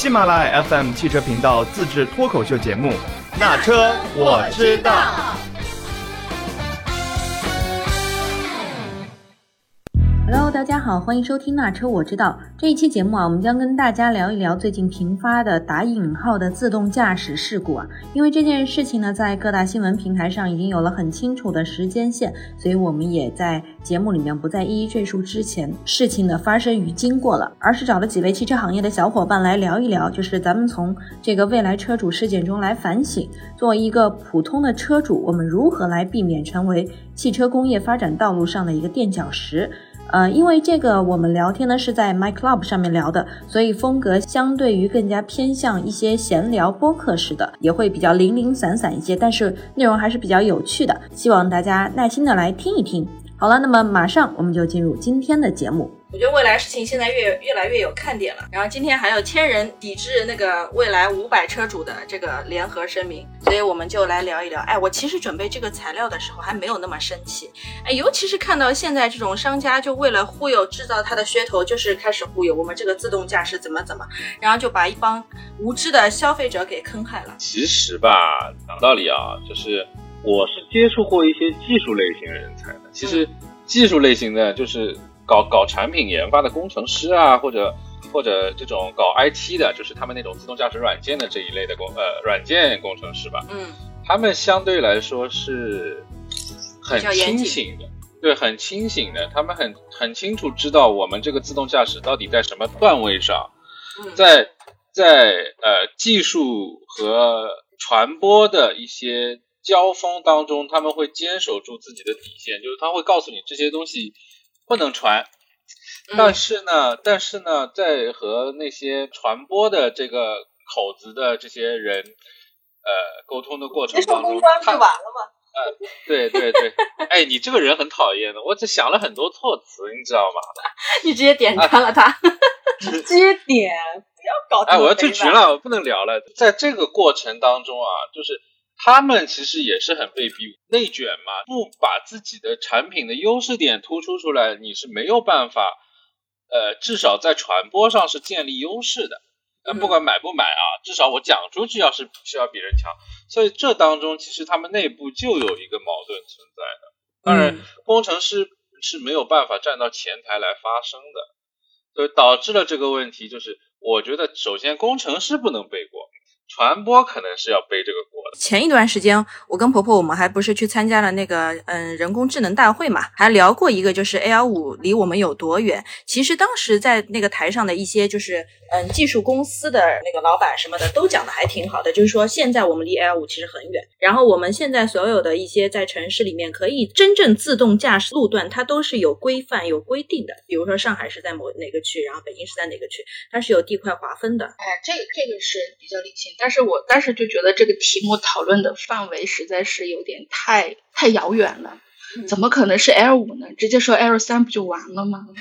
喜马拉雅 FM 汽车频道自制脱口秀节目《那车我知道》。 Hello， 大家好，欢迎收听那车我知道。这一期节目我们将跟大家聊一聊最近频发的打引号的自动驾驶事故因为这件事情呢，在各大新闻平台上已经有了很清楚的时间线，所以我们也在节目里面不再一一赘述之前事情的发生与经过了，而是找了几位汽车行业的小伙伴来聊一聊，就是咱们从这个未来车主事件中来反省，作为一个普通的车主，我们如何来避免成为汽车工业发展道路上的一个垫脚石。因为这个我们聊天呢是在 MyClub 上面聊的，所以风格相对于更加偏向一些闲聊播客式的，也会比较零零散散一些，但是内容还是比较有趣的，希望大家耐心的来听一听。好了，那么马上我们就进入今天的节目。 我觉得未来事情现在越来越有看点了，然后今天还有1000人抵制那个未来500车主的这个联合声明，所以我们就来聊一聊。我其实准备这个材料的时候还没有那么生气，尤其是看到现在这种商家就为了忽悠制造他的噱头，就是开始忽悠我们这个自动驾驶怎么，然后就把一帮无知的消费者给坑害了。 其实吧，讲道理就是我是接触过一些技术类型的人才的，其实技术类型的就是搞产品研发的工程师或者这种搞 IT 的，就是他们那种自动驾驶软件的这一类的软件工程师吧。他们相对来说是很清醒的，对，很清醒的，他们很清楚知道我们这个自动驾驶到底在什么段位上，在技术和传播的一些交锋当中，他们会坚守住自己的底线，就是他会告诉你这些东西不能传，但是呢，在和那些传播的这个口子的这些人沟通的过程当中， 公关不就完了吗？ 对，你这个人很讨厌的，我只想了很多措辞，你知道吗？ 你直接点穿了他，直接点，不要搞我要退群了，我不能聊了。在这个过程当中就是他们其实也是很被逼内卷嘛，不把自己的产品的优势点突出出来，你是没有办法至少在传播上是建立优势的。不管买不买至少我讲出去是要比人强，所以这当中其实他们内部就有一个矛盾存在的。当然工程师是没有办法站到前台来发声的，所以导致了这个问题，就是我觉得首先工程师不能背锅，传播可能是要背这个锅的。 前一段时间我跟婆婆我们还不是去参加了那个人工智能大会嘛，还聊过一个就是 AR5 离我们有多远。其实当时在那个台上的一些就是技术公司的那个老板什么的都讲的还挺好的，就是说现在我们离 AR5 其实很远，然后我们现在所有的一些在城市里面可以真正自动驾驶路段它都是有规范有规定的，比如说上海是在哪个区，然后北京是在哪个区，它是有地块划分的。 这个是比较理性，但是我当时就觉得这个题目讨论的范围实在是有点太遥远了，怎么可能是 L5 呢？直接说 L3 不就完了吗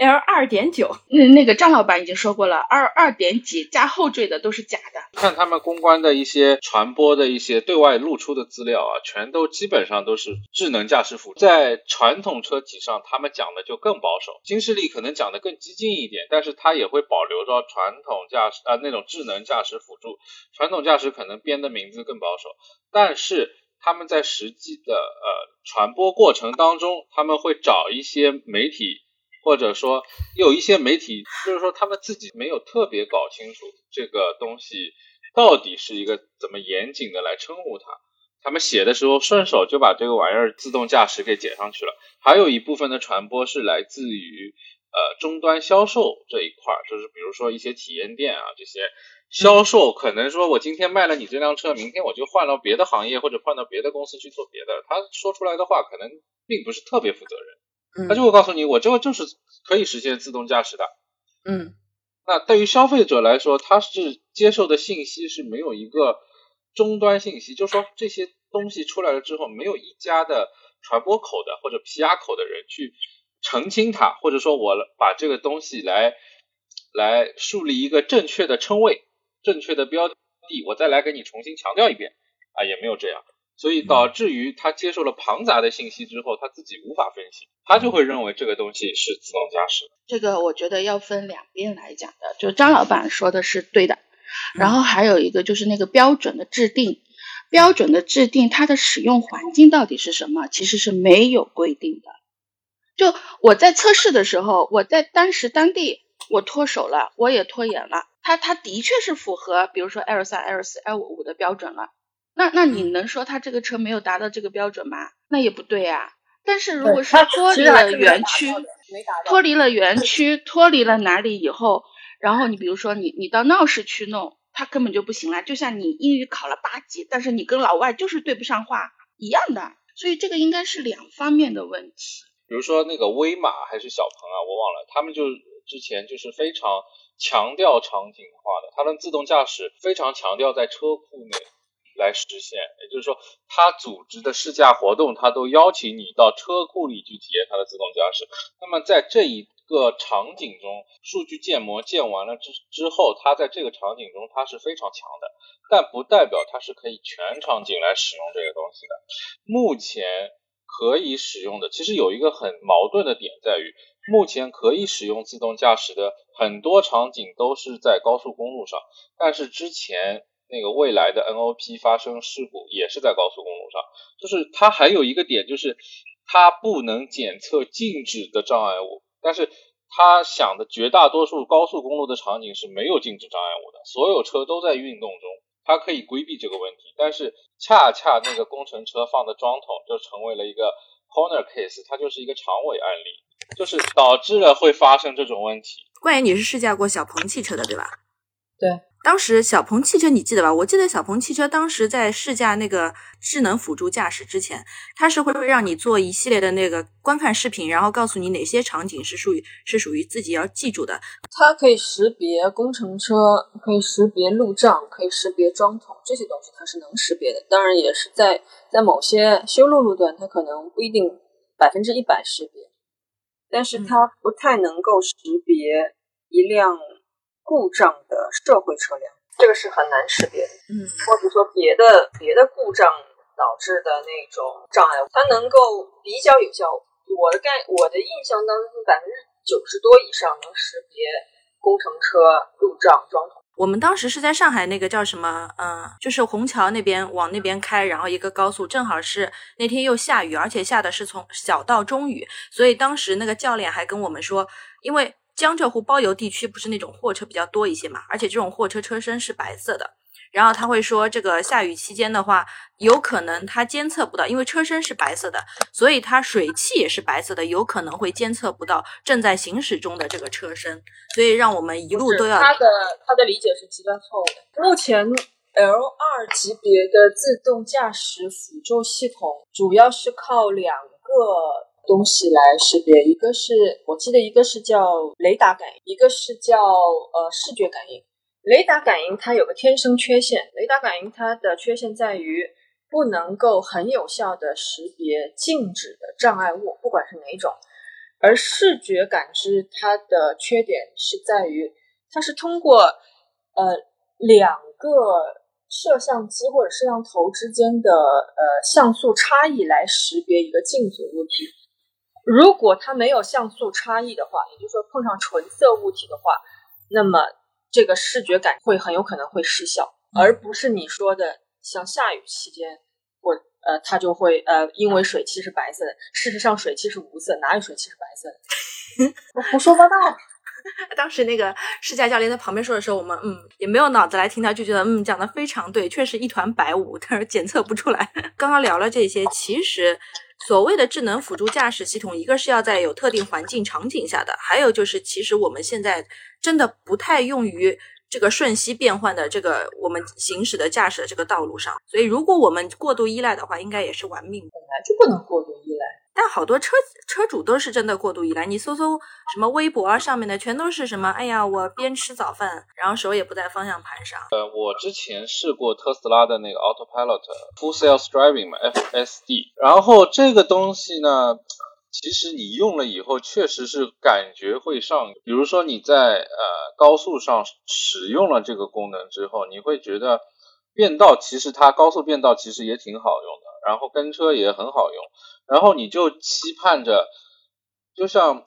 ？L2.9 那个张老板已经说过了，2点几加后缀的都是假的。 看他们公关的一些传播的一些对外露出的资料全都基本上都是智能驾驶辅助。在传统车企上他们讲的就更保守，新势力可能讲的更激进一点，但是他也会保留着传统驾驶那种智能驾驶辅助，传统驾驶可能编的名字更保守，但是他们在实际的传播过程当中，他们会找一些媒体，或者说有一些媒体就是说他们自己没有特别搞清楚这个东西到底是一个怎么严谨的来称呼它，他们写的时候顺手就把这个玩意儿自动驾驶给写上去了。还有一部分的传播是来自于终端销售这一块，就是比如说一些体验店这些销售可能说我今天卖了你这辆车，明天我就换到别的行业或者换到别的公司去做别的，他说出来的话可能并不是特别负责任，他就会告诉你我这个就是可以实现自动驾驶的。那对于消费者来说，他是接受的信息是没有一个终端信息，就是说这些东西出来了之后，没有一家的传播口的或者 PR 口的人去澄清它，或者说我把这个东西来树立一个正确的称谓，正确的标的，我再来给你重新强调一遍也没有这样。所以导致于他接受了庞杂的信息之后，他自己无法分析，他就会认为这个东西是自动驾驶。 这个我觉得要分两边来讲的，就张老板说的是对的， 然后还有一个就是那个标准的制定，标准的制定它的使用环境到底是什么，其实是没有规定的。就我在测试的时候，我在当地我脱手了，我也脱眼了，它的确是符合比如说 L3、L4、L5 的标准了。那你能说它这个车没有达到这个标准吗？那也不对啊。但是如果是脱离了园区，脱离了哪里以后，然后你比如说你到闹市区弄，它根本就不行了。就像你英语考了8级，但是你跟老外就是对不上话一样的。所以这个应该是两方面的问题。 比如说那个威马还是小鹏啊，我忘了，他们就之前就是非常强调场景化的，他们自动驾驶非常强调在车库内来实现，也就是说他组织的试驾活动他都邀请你到车库里去体验它的自动驾驶。那么在这一个场景中，数据建模建完了之后，它在这个场景中它是非常强的，但不代表它是可以全场景来使用这个东西的。目前可以使用的，其实有一个很矛盾的点在于，目前可以使用自动驾驶的很多场景都是在高速公路上，但是之前那个未来的 NOP 发生事故也是在高速公路上。就是它还有一个点，就是它不能检测静止的障碍物，但是它想的绝大多数高速公路的场景是没有静止障碍物的，所有车都在运动中，它可以规避这个问题。但是恰恰那个工程车放的桩桶就成为了一个 corner case， 它就是一个长尾案例，就是导致了会发生这种问题。 冠言，你是试驾过小鹏汽车的对吧？ 对， 当时小鹏汽车你记得吧？我记得小鹏汽车当时在试驾那个智能辅助驾驶之前，它是会让你做一系列的那个观看视频，然后告诉你哪些场景是属于自己要记住的。 它可以识别工程车，可以识别路障，可以识别桩桶，这些东西它是能识别的。当然也是在某些修路路段它可能不一定100%识别，但是它不太能够识别一辆故障的社会车辆，这个是很难识别的。或者说别的故障导致的那种障碍，它能够比较有效。我的印象当中90%多以上能识别工程车、路障、桩桶。 我们当时是在上海那个叫什么就是虹桥那边往那边开，然后一个高速，正好是那天又下雨，而且下的是从小到中雨，所以当时那个教练还跟我们说，因为江浙沪包邮地区不是那种货车比较多一些嘛，而且这种货车车身是白色的，然后他会说这个下雨期间的话，有可能它监测不到，因为车身是白色的，所以它水汽也是白色的，有可能会监测不到正在行驶中的这个车身，所以让我们一路都要。 他的理解是极端错误的。目前 L2 级别的自动驾驶辅助系统主要是靠2个东西来识别，一个是我记得一个是叫雷达感应，一个是叫视觉感应。雷达感应它有个天生缺陷，雷达感应它的缺陷在于不能够很有效的识别静止的障碍物，不管是哪种。而视觉感知它的缺点是在于它是通过2个摄像机或者摄像头之间的像素差异来识别一个静止物体。如果它没有像素差异的话，也就是说碰上纯色物体的话，那么这个视觉感会很有可能会失效，而不是你说的像下雨期间它就会因为水汽是白色的，事实上水汽是无色，哪有水汽是白色的？我胡说八道。 当时那个试驾教练在旁边说的时候，我们也没有脑子来听他，就觉得讲得非常对，确实一团白雾，但是检测不出来。刚刚聊了这些，其实所谓的智能辅助驾驶系统，一个是要在有特定环境场景下的，还有就是其实我们现在真的不太用于这个瞬息变换的这个我们行驶的驾驶的这个道路上，所以如果我们过度依赖的话，应该也是玩命。 本来就不能过度依赖， 但好多车主都是真的过度依赖，你搜什么微博上面的全都是什么，哎呀我边吃早饭然后手也不在方向盘上。 我之前试过特斯拉的那个 Autopilot Full Self Driving 嘛 FSD， 然后这个东西呢其实你用了以后确实是感觉会上瘾。比如说你在高速上使用了这个功能之后，你会觉得变道其实它高速变道其实也挺好用的，然后跟车也很好用，然后你就期盼着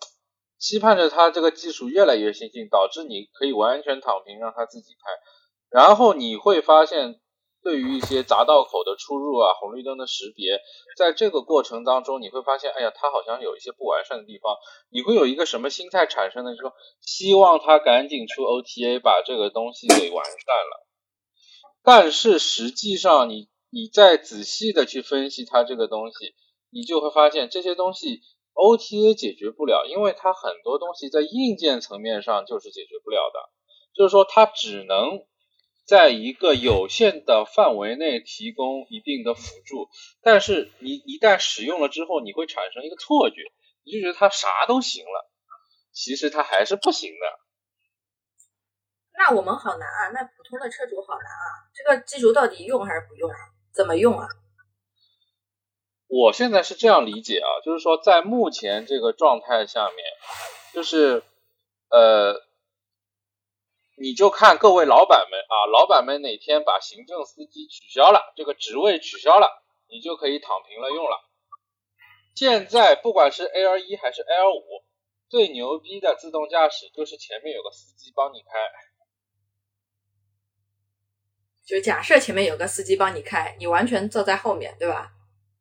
它这个技术越来越先进，导致你可以完全躺平让它自己开。 然后你会发现对于一些匝道口的出入啊，红绿灯的识别，在这个过程当中你会发现，哎呀，它好像有一些不完善的地方，你会有一个什么心态产生呢？就是说希望它赶紧出 OTA 把这个东西给完善了。但是实际上你再仔细的去分析它这个东西，你就会发现这些东西 OTA 解决不了，因为它很多东西在硬件层面上就是解决不了的，就是说它只能在一个有限的范围内提供一定的辅助，但是你一旦使用了之后，你会产生一个错觉，你就觉得它啥都行了，其实它还是不行的。 那我们好难啊，那普通的车主好难啊，这个技术到底用还是不用啊？怎么用啊？ 我现在是这样理解啊，就是说在目前这个状态下面，就是你就看各位老板们啊，老板们哪天把行政司机取消了，这个职位取消了，你就可以躺平了用了。现在不管是 L1 还是 L5， 最牛逼的自动驾驶就是前面有个司机帮你开。 就假设前面有个司机帮你开，你完全坐在后面，对吧？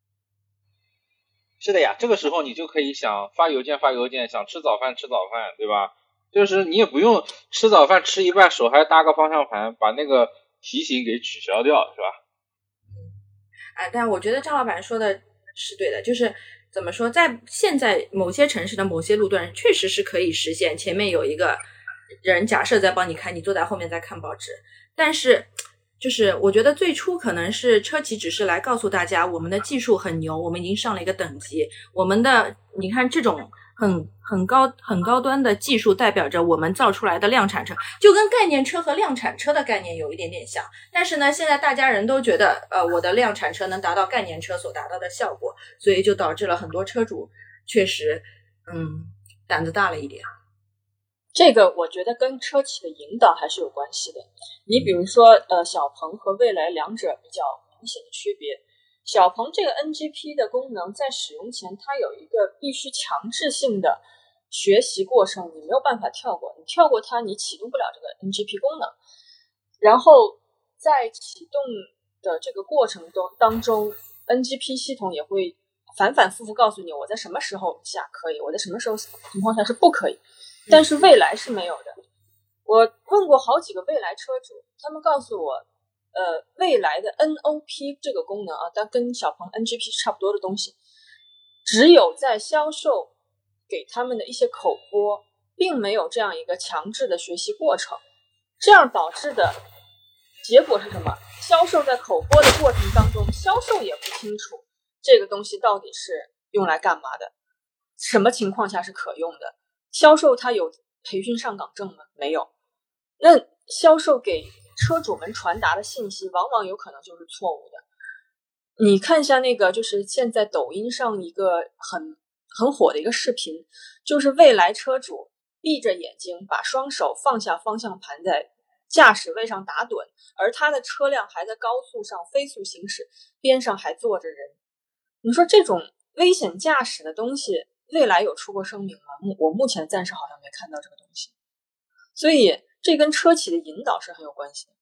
是的呀，这个时候你就可以想发邮件，想吃早饭，对吧？就是你也不用吃早饭吃一半手还搭个方向盘，把那个提醒给取消掉，是吧？ 但我觉得张老板说的是对的，就是怎么说，在现在某些城市的某些路段确实是可以实现前面有一个人假设在帮你开，你坐在后面在看报纸，但是就是我觉得最初可能是车企只是来告诉大家我们的技术很牛，我们已经上了一个等级，我们的你看这种很高端的技术代表着我们造出来的量产车，就跟概念车和量产车的概念有一点点像，但是呢现在大家人都觉得我的量产车能达到概念车所达到的效果，所以就导致了很多车主确实胆子大了一点。 这个我觉得跟车企的引导还是有关系的。你比如说小鹏和蔚来两者比较明显的区别。小鹏这个 NGP 的功能在使用前它有一个必须强制性的学习过程，你没有办法跳过，你跳过它你启动不了这个 NGP 功能。然后在启动的这个过程当中 NGP 系统也会反反复复告诉你我在什么时候下可以，我在什么时候情况下是不可以，但是蔚来是没有的。我问过好几个蔚来车主，他们告诉我蔚来的 NOP 这个功能啊，但跟小鹏 NGP 是差不多的东西，只有在销售给他们的一些口播，并没有这样一个强制的学习过程，这样导致的结果是什么？销售在口播的过程当中，销售也不清楚这个东西到底是用来干嘛的，什么情况下是可用的，销售他有培训上岗证吗？没有。那销售给车主们传达的信息往往有可能就是错误的。你看一下那个就是现在抖音上一个很火的一个视频，就是蔚来车主闭着眼睛把双手放下方向盘在驾驶位上打盹，而他的车辆还在高速上飞速行驶，边上还坐着人。你说这种危险驾驶的东西蔚来有出过声明吗？我目前暂时好像没看到这个东西，所以这跟车企的引导是很有关系的。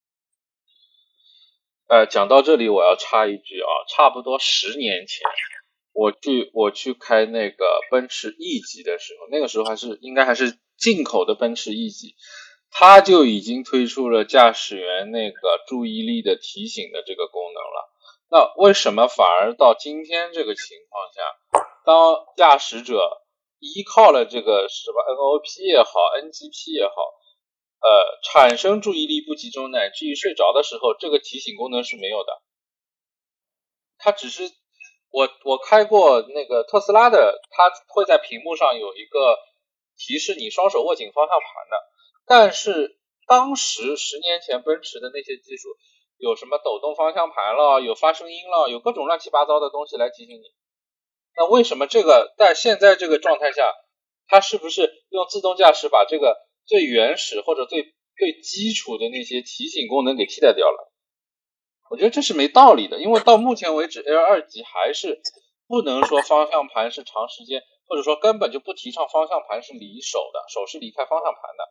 讲到这里我要插一句啊，差不多10年前我去开那个奔驰 E 级的时候，那个时候应该还是进口的奔驰 E 级，它就已经推出了驾驶员那个注意力的提醒的这个功能了。那为什么反而到今天这个情况下，当驾驶者依靠了这个什么 NOP 也好 NGP 也好产生注意力不集中乃至于睡着的时候，这个提醒功能是没有的。它只是我开过那个特斯拉的，它会在屏幕上有一个提示你双手握紧方向盘的，但是当时10年前奔驰的那些技术有什么抖动方向盘了，有发声音了，有各种乱七八糟的东西来提醒你。那为什么这个在现在这个状态下，它是不是用自动驾驶把这个最原始或者最基础的那些提醒功能给替代掉了？我觉得这是没道理的，因为到目前为止 L2 级还是不能说方向盘是长时间，或者说根本就不提倡方向盘是离手的，手是离开方向盘的。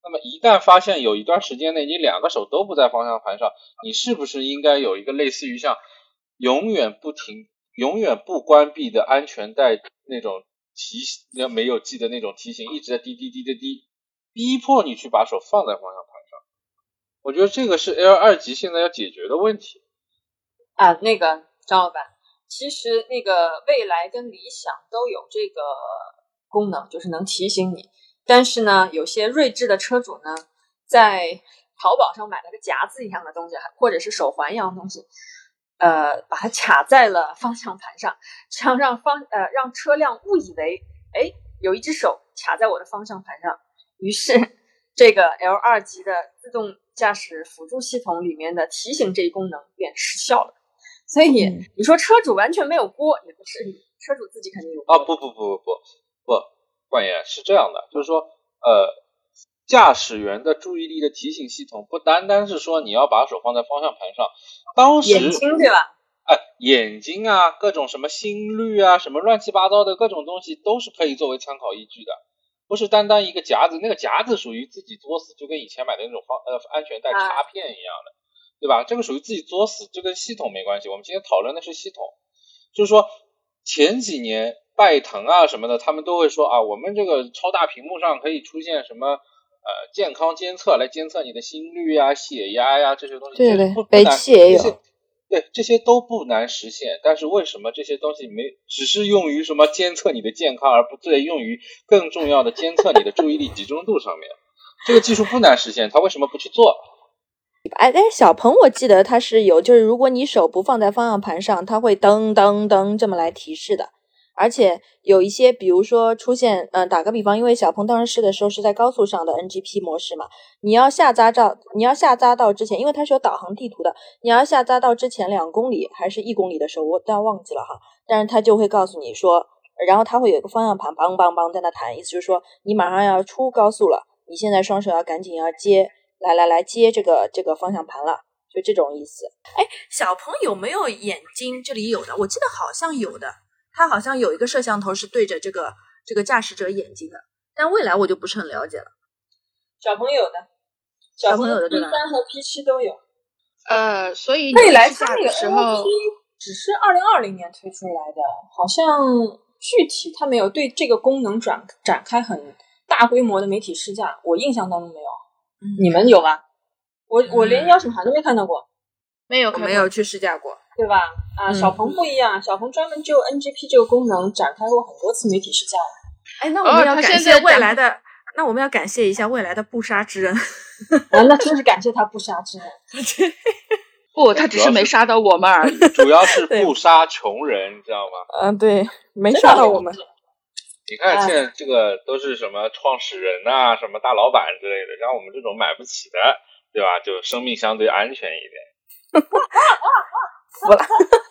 那么一旦发现有一段时间内你两个手都不在方向盘上，你是不是应该有一个类似于像永远不停、永远不关闭的安全带那种提醒，没有记的那种提醒，一直在滴滴滴的滴，逼迫你去把手放在方向盘上。我觉得这个是 L2 级现在要解决的问题。 啊，那个张老板，其实那个蔚来跟理想都有这个功能，就是能提醒你。但是呢，有些睿智的车主呢，在淘宝上买了个夹子一样的东西，或者是手环一样的东西，把它卡在了方向盘上，这样让车辆误以为，有一只手卡在我的方向盘上，于是这个 L2 级的自动驾驶辅助系统里面的提醒这一功能便失效了。所以你说车主完全没有锅，也不是，车主自己肯定有锅。 不，冠爷是这样的，就是说驾驶员的注意力的提醒系统不单单是说你要把手放在方向盘上，当时眼睛对吧？ 眼睛啊，各种什么心率啊，什么乱七八糟的各种东西都是可以作为参考依据的，不是单单一个夹子，那个夹子属于自己作死，就跟以前买的那种安全带插片一样的，对吧？这个属于自己作死，这跟系统没关系。我们今天讨论的是系统，就是说前几年拜腾啊什么的，他们都会说啊，我们这个超大屏幕上可以出现什么健康监测，来监测你的心率啊、血压呀这些东西。 对对，北汽也有。 对，这些都不难实现，但是为什么这些东西只是用于什么监测你的健康，而不再用于更重要的监测你的注意力集中度上面？这个技术不难实现，他为什么不去做？ 但是小鹏我记得它是有，就是如果你手不放在方向盘上，它会噔噔噔这么来提示的。而且有一些，比如说出现，打个比方，因为小鹏当时试的时候是在高速上的 NGP 模式嘛，你要下匝到之前，因为它是有导航地图的，你要下匝到之前2公里还是1公里的时候，我当然忘记了哈，但是它就会告诉你说，然后它会有一个方向盘梆梆梆在那弹，意思就是说你马上要出高速了，你现在双手要赶紧要接，来接这个方向盘了，就这种意思。小鹏有没有眼睛？这里有的，我记得好像有的。它好像有一个摄像头是对着这个驾驶者眼睛的，但未来我就不是很了解了。 小鹏有的，小鹏有的 P3 和 P7 都有。 所以未来它那个时候 NOP 只是2020年推出来的，好像具体它没有对这个功能展开很大规模的媒体试驾，我印象当中没有。你们有吧？我连邀请函都没看到过。 没有去试驾过。 对吧？小鹏不一样，小鹏专门就 NGP 这个功能展开过很多次媒体试驾了。 那我们要感谢未来的，那我们要感谢一下未来的不杀之恩。 那真是感谢他不杀之恩。 不，他只是没杀到我们而已。 主要是不杀穷人，你知道吗？ 对，没杀到我们。 你看现在这个都是什么创始人啊，什么大老板之类的，像我们这种买不起的，对吧？就生命相对安全一点。 服了，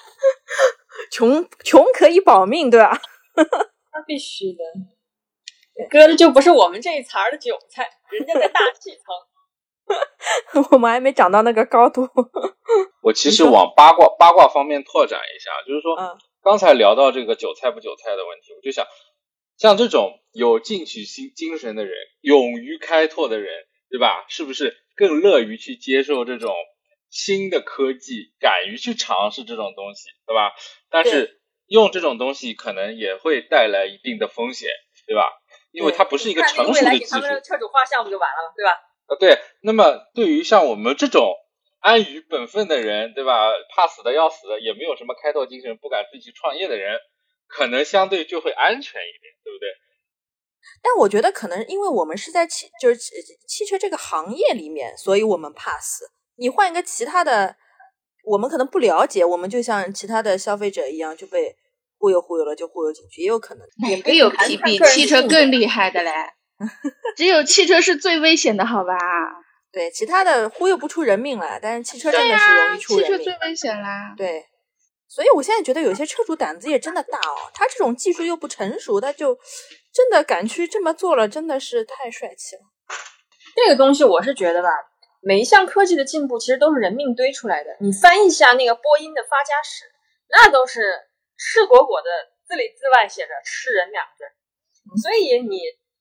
穷可以保命，对吧？ 那必须的，割的就不是我们这一茬的韭菜，人家在大气层。 我们还没长到那个高度。 我其实往八卦方面拓展一下，就是说，刚才聊到这个韭菜不韭菜的问题，我就想，像这种有进取精神的人，勇于开拓的人，对吧？是不是更乐于去接受这种新的科技，敢于去尝试这种东西，对吧？但是用这种东西可能也会带来一定的风险，对吧？因为它不是一个成熟的技术。 未来给他们的车主画像不就完了吗？对吧？ 对。那么对于像我们这种安于本分的人，对吧？怕死的要死的，也没有什么开拓精神，不敢自己去创业的人，可能相对就会安全一点，对不对？ 但我觉得可能因为我们是在汽车这个行业里面，所以我们怕死。你换一个其他的，我们可能不了解，我们就像其他的消费者一样就被忽悠了，就忽悠进去，也有可能。 哪个有比汽车更厉害的嘞？只有汽车是最危险的，好吧？ 对，其他的忽悠不出人命来，但是汽车真的是容易出人命。 汽车最危险啦。 对，所以我现在觉得有些车主胆子也真的大哦，他这种技术又不成熟，他就真的敢去这么做了，真的是太帅气了。 这个东西我是觉得吧，每一项科技的进步其实都是人命堆出来的。你翻译一下那个波音的发家史，那都是赤果果的字里字外写着吃人2字。所以你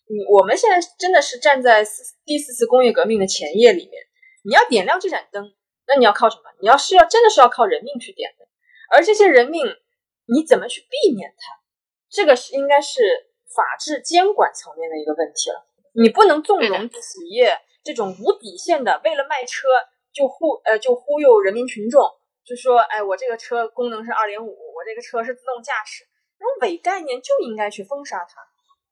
我们现在真的是站在第4次工业革命的前夜里面，你要点亮这盏灯，那你要靠什么？你真的是要靠人命去点的，而这些人命你怎么去避免它？这个应该是法治监管层面的一个问题了。你不能纵容企业这种无底线的为了卖车就忽悠人民群众，就说我这个车功能是 2.5， 我这个车是自动驾驶，这种伪概念就应该去封杀它。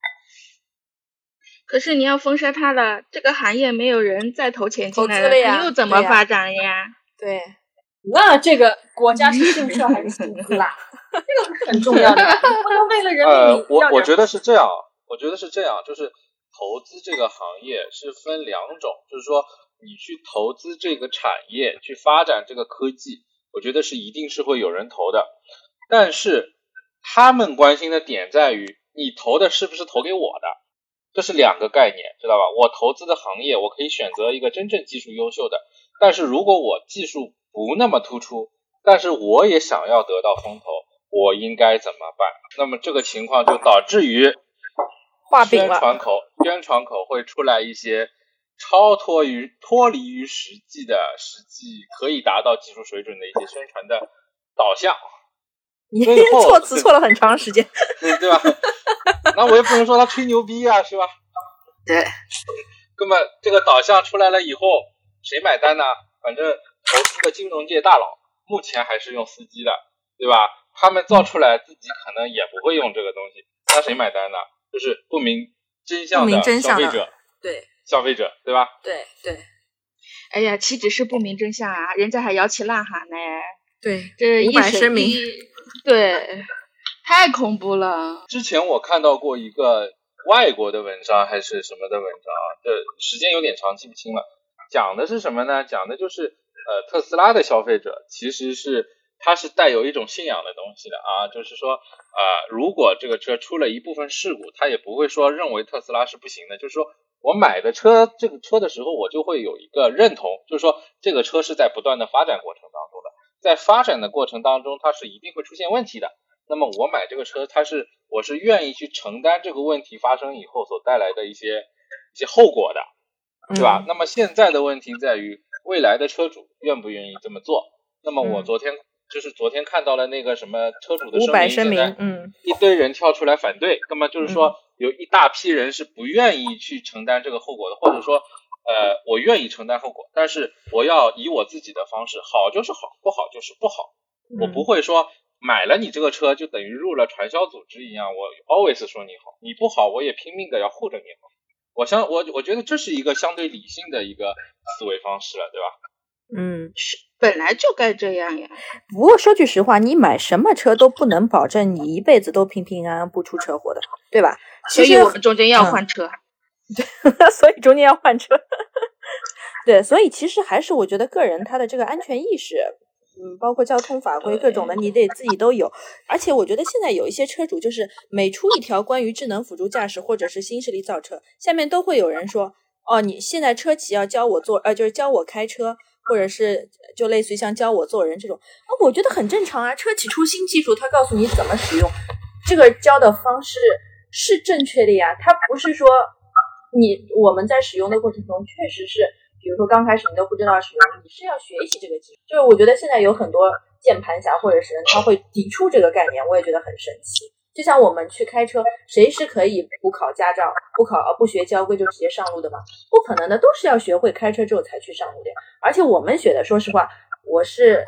可是你要封杀它了，这个行业没有人再投钱进来了呀， 它又怎么发展呀？ 对， 那这个国家是姓车还是姓资啦？这个是很重要的，不能为了人民。 我觉得是这样，就是投资这个行业是分两种，就是说你去投资这个产业，去发展这个科技，我觉得是一定是会有人投的，但是他们关心的点在于你投的是不是投给我的。这是两个概念，知道吧？我投资的行业，我可以选择一个真正技术优秀的，但是如果我技术不那么突出，但是我也想要得到风投，我应该怎么办？那么这个情况就导致于宣传口会出来一些脱离于实际可以达到技术水准的一些宣传的导向。 你措辞错了很长时间， 对吧？那我也不能说他吹牛逼啊，是吧？ 对。 那么这个导向出来了以后，谁买单呢？反正投资的金融界大佬目前还是用司机的，对吧？他们造出来自己可能也不会用这个东西，那谁买单呢？就是不明真相的消费者， 对， 消费者，对吧？ 对对。 哎呀，岂止是不明真相啊，人家还摇旗呐喊呢。 对， 这 500声明， 对，太恐怖了。 之前我看到过一个外国的文章还是什么的文章啊，这时间有点长记不清了，讲的是什么呢？讲的就是特斯拉的消费者其实它是带有一种信仰的东西的啊，就是说如果这个车出了一部分事故，他也不会说认为特斯拉是不行的，就是说我买的这个车的时候，我就会有一个认同，就是说这个车是在不断的发展过程当中的，在发展的过程当中它是一定会出现问题的，那么我买这个车我是愿意去承担这个问题发生以后所带来的一些后果的，对吧？那么现在的问题在于未来的车主愿不愿意这么做。那么我昨天看到了那个什么车主的声明， 一堆人跳出来反对，那么就是说有一大批人是不愿意去承担这个后果的，或者说我愿意承担后果，但是我要以我自己的方式，好就是好，不好就是不好，我不会说买了你这个车就等于入了传销组织一样，我 always 说你好，你不好我也拼命的要护着你好。我觉得这是一个相对理性的一个思维方式了，对吧？ 本来就该这样呀。 不过说句实话，你买什么车都不能保证你一辈子都平平安安不出车祸的，对吧？ 所以我们中间要换车。 所以中间要换车。对，所以其实还是我觉得个人他的这个安全意识，包括交通法规各种的，你得自己都有。而且我觉得现在有一些车主就是每出一条关于智能辅助驾驶或者是新势力造车，下面都会有人说，哦，你现在车企要教我就是教我开车，或者是就类似于像教我做人这种我觉得很正常啊。车企出新技术，他告诉你怎么使用，这个教的方式是正确的呀。他不是说我们在使用的过程中确实是，比如说刚开始你都不知道使用，你是要学习这个技术。就是我觉得现在有很多键盘侠或者是人他会抵触这个概念，我也觉得很神奇。就像我们去开车，谁是可以不考驾照不学交规就直接上路的吗？不可能的，都是要学会开车之后才去上路的。而且我们学的，说实话，我是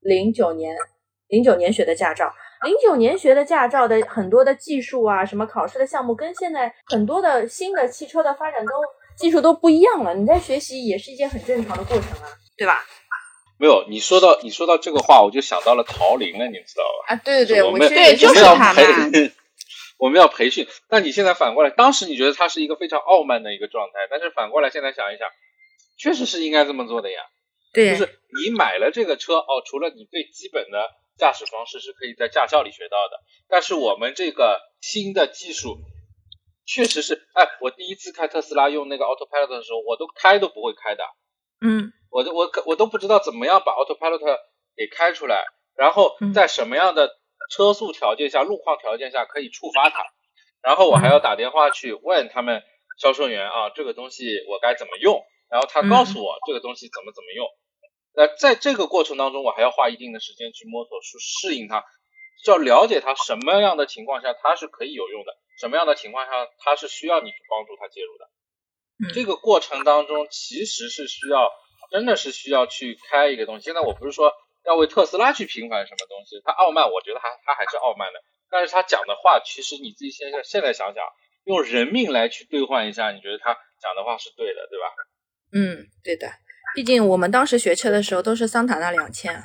09年学的驾照，09年学的驾照的很多的技术啊，什么考试的项目跟现在很多的新的汽车的发展技术都不一样了，你在学习也是一件很正常的过程啊，对吧？ 没有，你说到这个话，我就想到了陶林了，你知道吧？ 啊，对对对，就是他们。 我们要培训，但你现在反过来，当时你觉得他是一个非常傲慢的一个状态，但是反过来现在想一想，确实是应该这么做的呀。 对， 就是你买了这个车除了你最基本的驾驶方式是可以在驾校里学到的，但是我们这个新的技术确实是，我第一次开特斯拉用那个 Autopilot 的时候，我都不会开的。我都不知道怎么样把 Autopilot 给开出来，然后在什么样的车速条件下、路况条件下可以触发它。 然后我还要打电话去问他们销售员啊，这个东西我该怎么用，然后他告诉我这个东西怎么用。那在这个过程当中，我还要花一定的时间去摸索去适应它，就要了解它什么样的情况下它是可以有用的，什么样的情况下它是需要你去帮助它介入的。这个过程当中其实是真的是需要去开一个东西。现在我不是说要为特斯拉去平反什么东西，他傲慢，我觉得他还是傲慢的，但是他讲的话其实你自己现在想想，用人命来去兑换一下，你觉得他讲的话是对的，对吧？ 对的，毕竟我们当时学车的时候都是桑塔纳2000。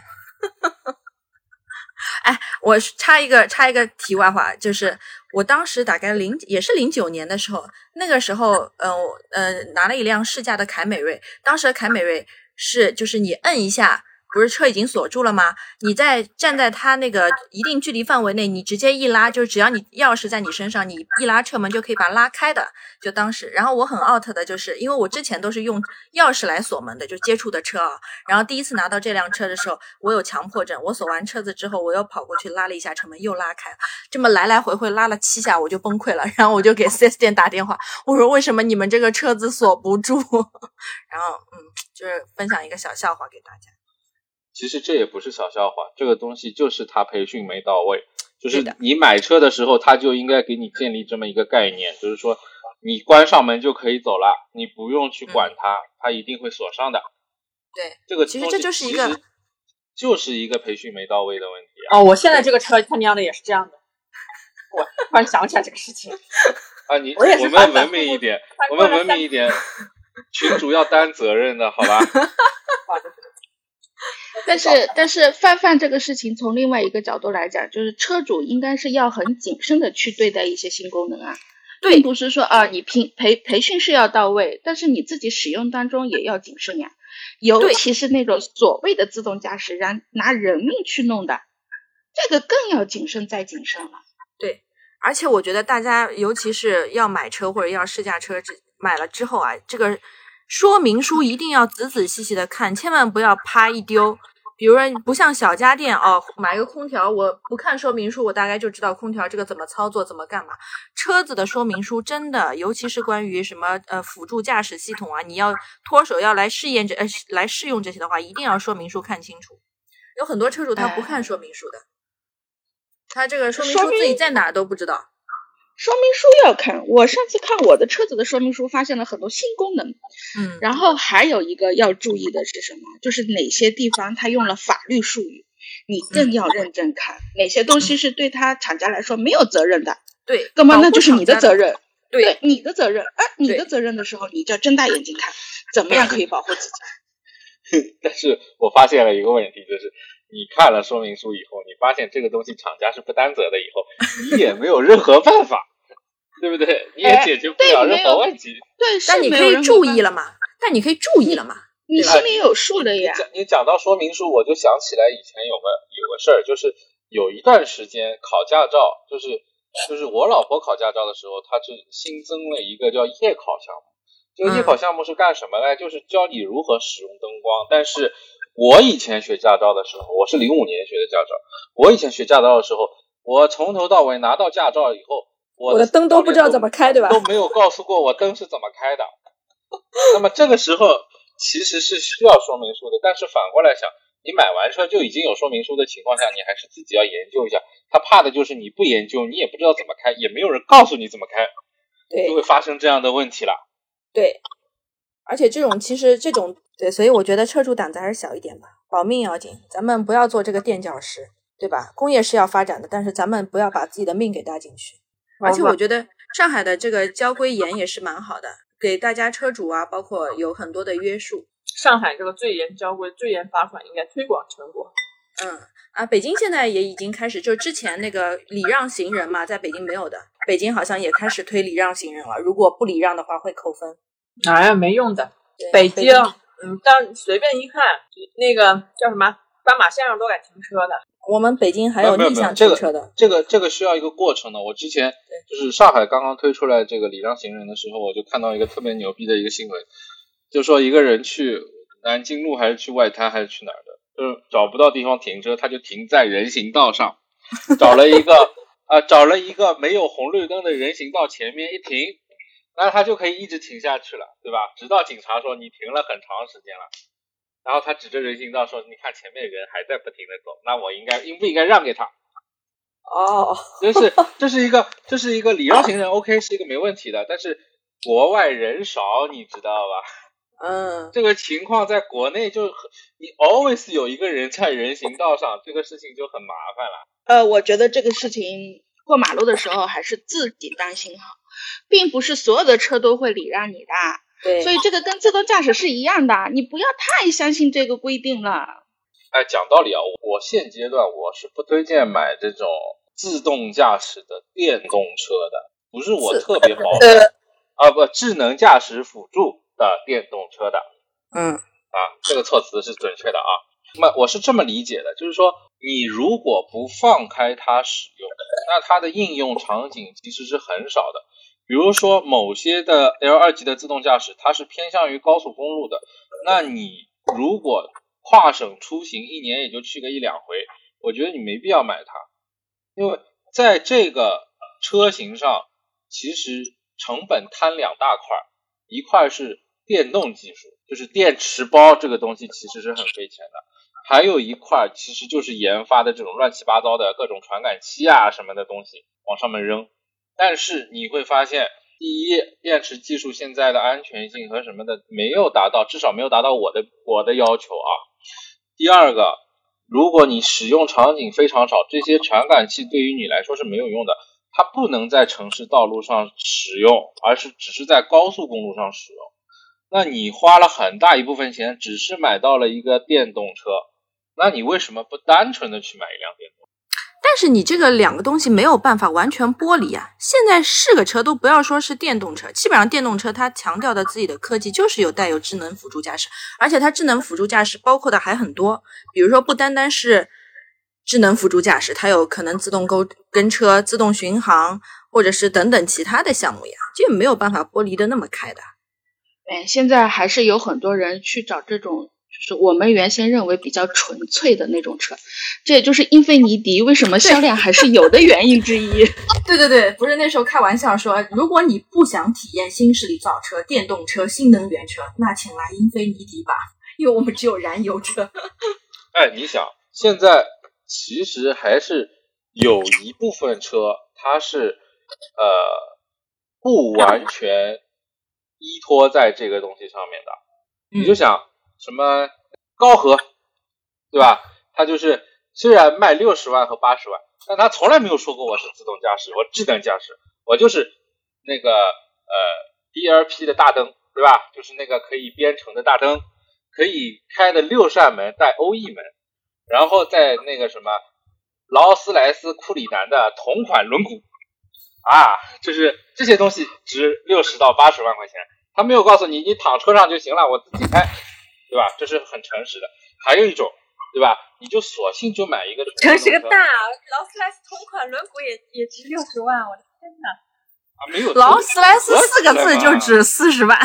哎，我插一个题外话，就是我当时大概也是09年的时候，那个时候拿了一辆试驾的凯美瑞，当时的凯美瑞就是你摁一下，不是车已经锁住了吗？你站在它那个一定距离范围内，你直接一拉，就是只要你钥匙在你身上，你一拉车门就可以把它拉开的。就当时，然后我很 out 的就是因为我之前都是用钥匙来锁门的，就接触的车啊。然后第一次拿到这辆车的时候，我有强迫症，我锁完车子之后，我又跑过去拉了一下车门，又拉开，这么来回拉了7下，我就崩溃了。然后我就给 4S 店打电话，我说为什么你们这个车子锁不住？然后就是分享一个小笑话给大家。 其实这也不是小笑话，这个东西就是他培训没到位，就是你买车的时候他就应该给你建立这么一个概念，就是说你关上门就可以走了，你不用去管它，它一定会锁上的。 对， 这个其实这就是一个培训没到位的问题啊。我现在这个车他娘的也是这样的，我突然想起来这个事情啊，我们文明一点，群主要担责任的，好吧？ 但是泛这个事情从另外一个角度来讲，就是车主应该是要很谨慎的去对待一些新功能啊，并不是说你培训是要到位，但是你自己使用当中也要谨慎呀，尤其是那种所谓的自动驾驶拿人命去弄的，这个更要谨慎再谨慎了。 对，而且我觉得大家尤其是要买车或者要试驾车买了之后啊，这个说明书一定要仔仔细细的看，千万不要啪一丢。比如说不像小家电买个空调，我不看说明书我大概就知道空调这个怎么操作怎么干嘛。车子的说明书真的，尤其是关于什么辅助驾驶系统啊，你要脱手要来试用这些的话，一定要说明书看清楚。有很多车主他不看说明书的，他这个说明书自己在哪都不知道。 说明书要看，我上次看我的车子的说明书发现了很多新功能。然后还有一个要注意的是什么？就是哪些地方它用了法律术语，你更要认真看。哪些东西是对他厂家来说没有责任的？ 对， 那么那就是你的责任。 对， 你的责任。你的责任的时候，你就要睁大眼睛看，怎么样可以保护自己。 但是我发现了一个问题，就是你看了说明书以后，你发现这个东西厂家是不担责的以后，你也没有任何办法。对不对？你也解决不了任何问题。 对， 但你可以注意了嘛？ 你心里有数的呀。 你讲到说明书，我就想起来以前有个事儿，就是有一段时间考驾照，就是我老婆考驾照的时候，她就新增了一个叫夜考项目。这个夜考项目是干什么呢？就是教你如何使用灯光。但是我以前学驾照的时候，我是05年学的驾照，我以前学驾照的时候，我从头到尾拿到驾照以后， 我的灯都不知道怎么开，对吧？ 都没有告诉过我灯是怎么开的。那么这个时候其实是需要说明书的，但是反过来想，你买完车就已经有说明书的情况下，你还是自己要研究一下。他怕的就是你不研究，你也不知道怎么开，也没有人告诉你怎么开，就会发生这样的问题了。 对，而且对，所以我觉得车主胆子还是小一点吧，保命要紧，咱们不要做这个垫脚石，对吧？工业是要发展的，但是咱们不要把自己的命给搭进去。而且我觉得上海的这个交规严也是蛮好的，给大家车主啊，包括有很多的约束。 上海这个最严交规、最严罚款应该推广成果。 北京现在也已经开始，就之前那个礼让行人嘛，在北京没有的，北京好像也开始推礼让行人了，如果不礼让的话会扣分。 哎呀，没用的。北京当随便一看，那个叫什么斑马线上都敢停车的。 我们北京还有逆向停车的， 这个需要一个过程的。我之前就是上海刚刚推出来这个礼让行人的时候，我就看到一个特别牛逼的一个新闻，就说一个人去南京路还是去外滩还是去哪儿的，就是找不到地方停车，他就停在人行道上，找了一个找了一个没有红绿灯的人行道前面一停，那他就可以一直停下去了，对吧？直到警察说你停了很长时间了，然后他指着人行道说你看前面人还在不停的走，那我应不应该让给他？ 哦， 这是一个礼让行人 OK 是一个没问题的，但是国外人少你知道吧？这个情况在国内就你 always 有一个人在人行道上，这个事情就很麻烦了。 我觉得这个事情过马路的时候还是自己当心好，并不是所有的车都会礼让你的。 对， 所以这个跟自动驾驶是一样的，你不要太相信这个规定了。 讲道理啊，我现阶段我是不推荐买这种自动驾驶的电动车的，不是我特别保守智能驾驶辅助的电动车的。这个措辞是准确的啊。那么我是这么理解的，就是说你如果不放开它使用，那它的应用场景其实是很少的。比如说某些的 L2 级的自动驾驶，它是偏向于高速公路的，那你如果跨省出行一年也就去个1-2回，我觉得你没必要买它。因为在这个车型上其实成本摊两大块，一块是电动技术，就是电池包这个东西其实是很费钱的，还有一块其实就是研发的这种乱七八糟的各种传感器啊什么的东西往上面扔。但是你会发现，第一，电池技术现在的安全性和什么的没有达到，至少没有达到我的要求啊。第二个，如果你使用场景非常少，这些传感器对于你来说是没有用的，它不能在城市道路上使用，而是只是在高速公路上使用。那你花了很大一部分钱只是买到了一个电动车，那你为什么不单纯的去买一辆电动车？ 但是你这个两个东西没有办法完全剥离啊！现在是个车都不要说是电动车，基本上电动车它强调的自己的科技就是带有智能辅助驾驶，而且它智能辅助驾驶包括的还很多，比如说不单单是智能辅助驾驶，它有可能自动跟车、自动巡航，或者是等等其他的项目呀，就没有办法剥离的那么开的。 现在还是有很多人去找这种就是我们原先认为比较纯粹的那种车，这也就是英菲尼迪为什么销量还是有的原因之一。 对，不是那时候开玩笑说，如果你不想体验新势力造车、电动车、新能源车，那请来英菲尼迪吧，因为我们只有燃油车。 你想现在其实还是有一部分车它是不完全依托在这个东西上面的。你就想什么高和，对吧？它就是虽然卖60万和80万，但他从来没有说过我是自动驾驶，我智能驾驶，我就是那个DLP 的大灯，对吧？就是那个可以编程的大灯，可以开的6扇门带欧翼门，然后在那个什么劳斯莱斯库里南的同款轮毂就是这些东西值60到80万块钱，他没有告诉你你躺车上就行了，我自己开，对吧？这是很诚实的。还有一种，对吧？你就索性就买一个诚实个大，劳斯莱斯同款轮毂也值60万，我的天哪！ 没有， 劳斯莱斯4个字就值40万。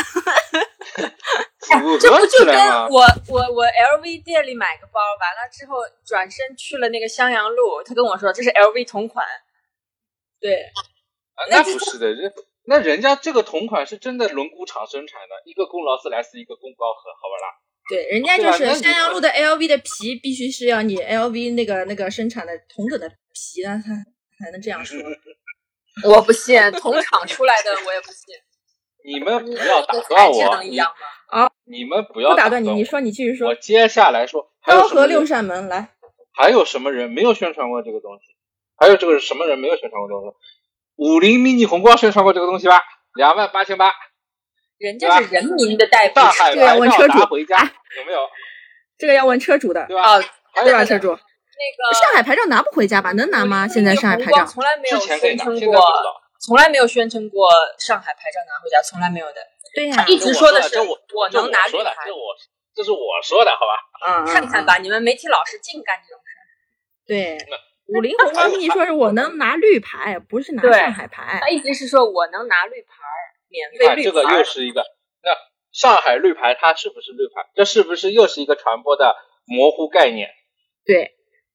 这不就跟我 LV 店里买个包，完了之后转身去了那个襄阳路，他跟我说这是 LV 同款。对， 那不是的，那人家这个同款是真的轮毂厂生产的，一个供劳斯莱斯，一个供高和，好不啦？ 对，人家就是襄阳路的 LV 的皮必须是要你 LV 那个生产的同等的皮，那他才能这样说。 我不信，同厂出来的我也不信。 你们不要打断我，你们不要打断你，你说你继续说。 我接下来说， 高和6扇门来。 还有什么人没有宣传过这个东西？还有这个什么人没有宣传过这个东西？50 mini 宏光宣传过这个东西吧？28800。 人家是人民的代表， 上海这个要问车主回家有没有？ 这个要问车主的， 对吧？ 对吧，车主？ 那个上海牌照拿不回家吧？能拿吗？现在上海牌照从来没有宣称过， 从来没有宣称过上海牌照拿回家，从来没有的。 对呀， 他一直说的是我能拿绿牌， 这是我说的，好吧？ 看看吧，你们媒体老是净干这种事。 对，50宏光跟你说是我能拿绿牌，不是拿上海牌。 他一直是说我能拿绿牌，免费绿牌。 这个又是一个，那上海绿牌它是不是绿牌？这是不是又是一个传播的模糊概念？ 对，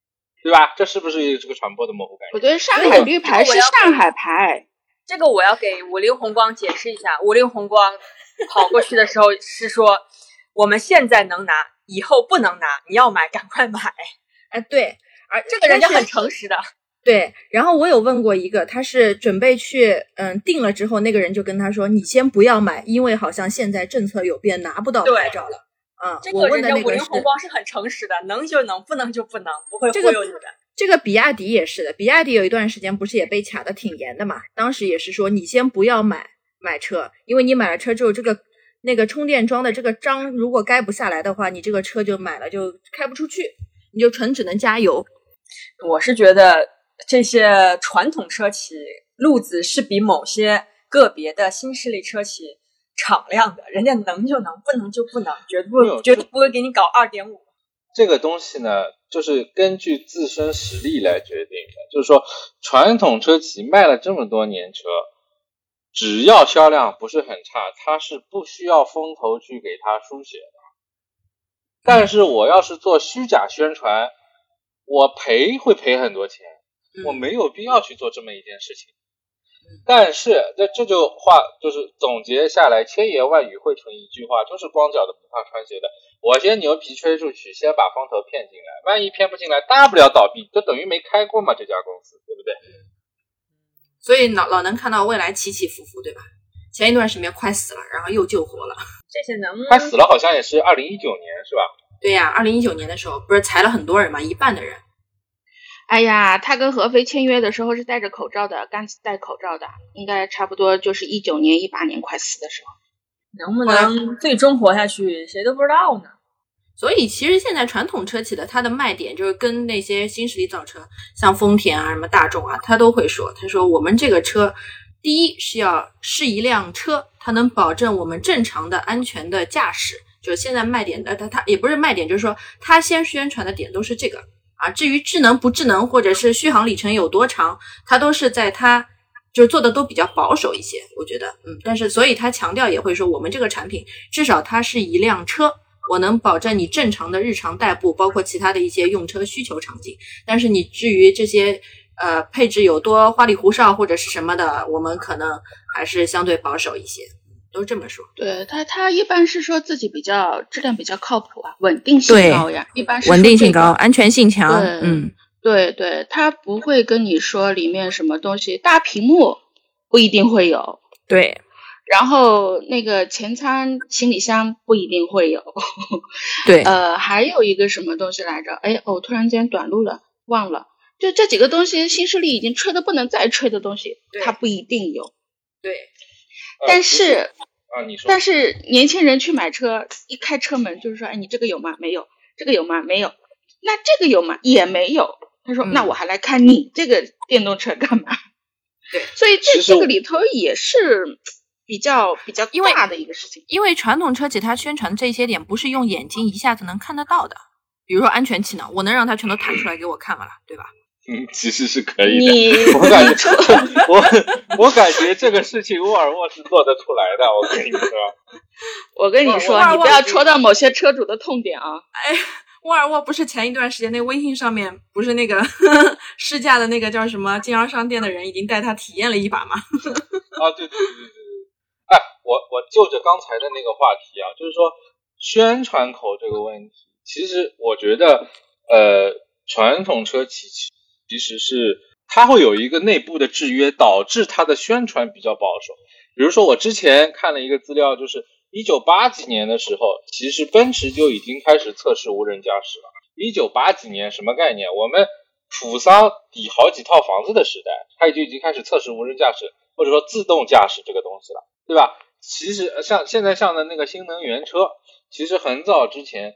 对吧？这是不是这个传播的模糊概念？ 我觉得上海绿牌是上海牌。 这个我要给五菱宏光解释一下，五菱宏光跑过去的时候是说我们现在能拿，以后不能拿，你要买赶快买。 对，而这个人家很诚实的。 对，然后我有问过一个，他是准备去定了之后，那个人就跟他说你先不要买，因为好像现在政策有变，拿不到牌照了。 这个人家五菱宏光是很诚实的，能就能，不能就不能，不会忽悠你的。 这个比亚迪也是的，比亚迪有一段时间不是也被卡得挺严的嘛，当时也是说你先不要买车，因为你买了车之后，这个那个充电桩的这个章如果盖不下来的话，你这个车就买了就开不出去，你就纯只能加油。 我是觉得这些传统车企路子是比某些个别的新势力车企敞亮的，人家能就能，不能就不能，绝对不会给你搞 2.5。 这个东西呢就是根据自身实力来决定的，就是说传统车企卖了这么多年车，只要销量不是很差，它是不需要风投去给它输血的。但是我要是做虚假宣传，我会赔很多钱，我没有必要去做这么一件事情。但是这就话就是总结下来，千言万语汇成一句话，就是光脚的不怕穿鞋的。我先牛皮吹出去，先把风投骗进来，万一骗不进来，大不了倒闭，就等于没开过嘛，这家公司，对不对？ 所以老能看到未来起起伏伏，对吧？前一段时间快死了，然后又救活了。 这些能快死了好像也是2019年是吧？ 对呀，2019年的时候不是裁了很多人嘛，1半的人。 哎呀，他跟合肥签约的时候是戴着口罩的，刚戴口罩的，应该差不多就是19年、18年快死的时候。 能不能最终活下去，谁都不知道呢。 所以其实现在传统车企的它的卖点就是跟那些新势力造车，像丰田啊、什么大众啊，他都会说，他说我们这个车，第一是一辆车，它能保证我们正常的安全的驾驶。就现在卖点的，它也不是卖点，就是说它先宣传的点都是这个啊。至于智能不智能，或者是续航里程有多长，它都是在它就做的都比较保守一些，我觉得，但是所以他强调也会说，我们这个产品至少它是一辆车，我能保证你正常的日常代步，包括其他的一些用车需求场景。但是你至于这些配置有多花里胡哨或者是什么的，我们可能还是相对保守一些，都这么说。 对，他一般是说自己质量比较靠谱啊，稳定性高呀，一般是稳定性高，安全性强， 对，他不会跟你说里面什么东西，大屏幕不一定会有， 对， 然后那个前舱行李箱不一定会有， 对， 还有一个什么东西来着？我突然间短路了，忘了。就这几个东西，新势力已经吹得不能再吹的东西，它不一定有。 对， 但是你说， 但是年轻人去买车，一开车门就是说，你这个有吗？没有。这个有吗？没有。那这个有吗？也没有。他说，那我还来看你这个电动车干嘛？ 对， 所以这个里头也是比较大的一个事情。 因为传统车企它宣传这些点不是用眼睛一下子能看得到的，比如说安全气囊，我能让它全都弹出来给我看了，对吧？ 其实是可以的。我感觉这个事情沃尔沃是做得出来的，我跟你说。 我跟你说，你不要戳到某些车主的痛点啊！ 沃尔沃不是前一段时间那微信上面不是那个试驾的那个叫什么经销商店的人已经带他体验了一把吗？ 对。我就着刚才的那个话题啊，就是说宣传口这个问题，其实我觉得传统车企其实是它会有一个内部的制约，导致它的宣传比较保守。比如说我之前看了一个资料，就是1980几年的时候，其实奔驰就已经开始测试无人驾驶了。1980几年什么概念？我们普桑抵好几套房子的时代，它已经开始测试无人驾驶或者说自动驾驶这个东西了，对吧？其实现在的那个新能源车，其实很早之前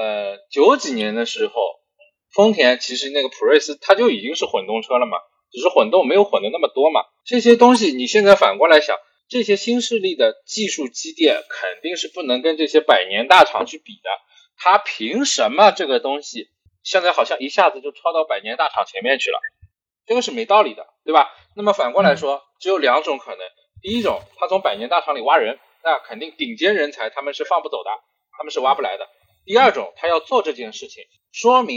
90几年的时候，丰田其实那个普锐斯它就已经是混动车了嘛，只是混动没有混的那么多嘛。这些东西你现在反过来想，这些新势力的技术积淀肯定是不能跟这些百年大厂去比的，它凭什么这个东西现在好像一下子就超到百年大厂前面去了？这个是没道理的，对吧？那么反过来说，只有2种可能。第一种，他从百年大厂里挖人，那肯定顶尖人才他们是放不走的，他们是挖不来的。第二种，他要做这件事情，说明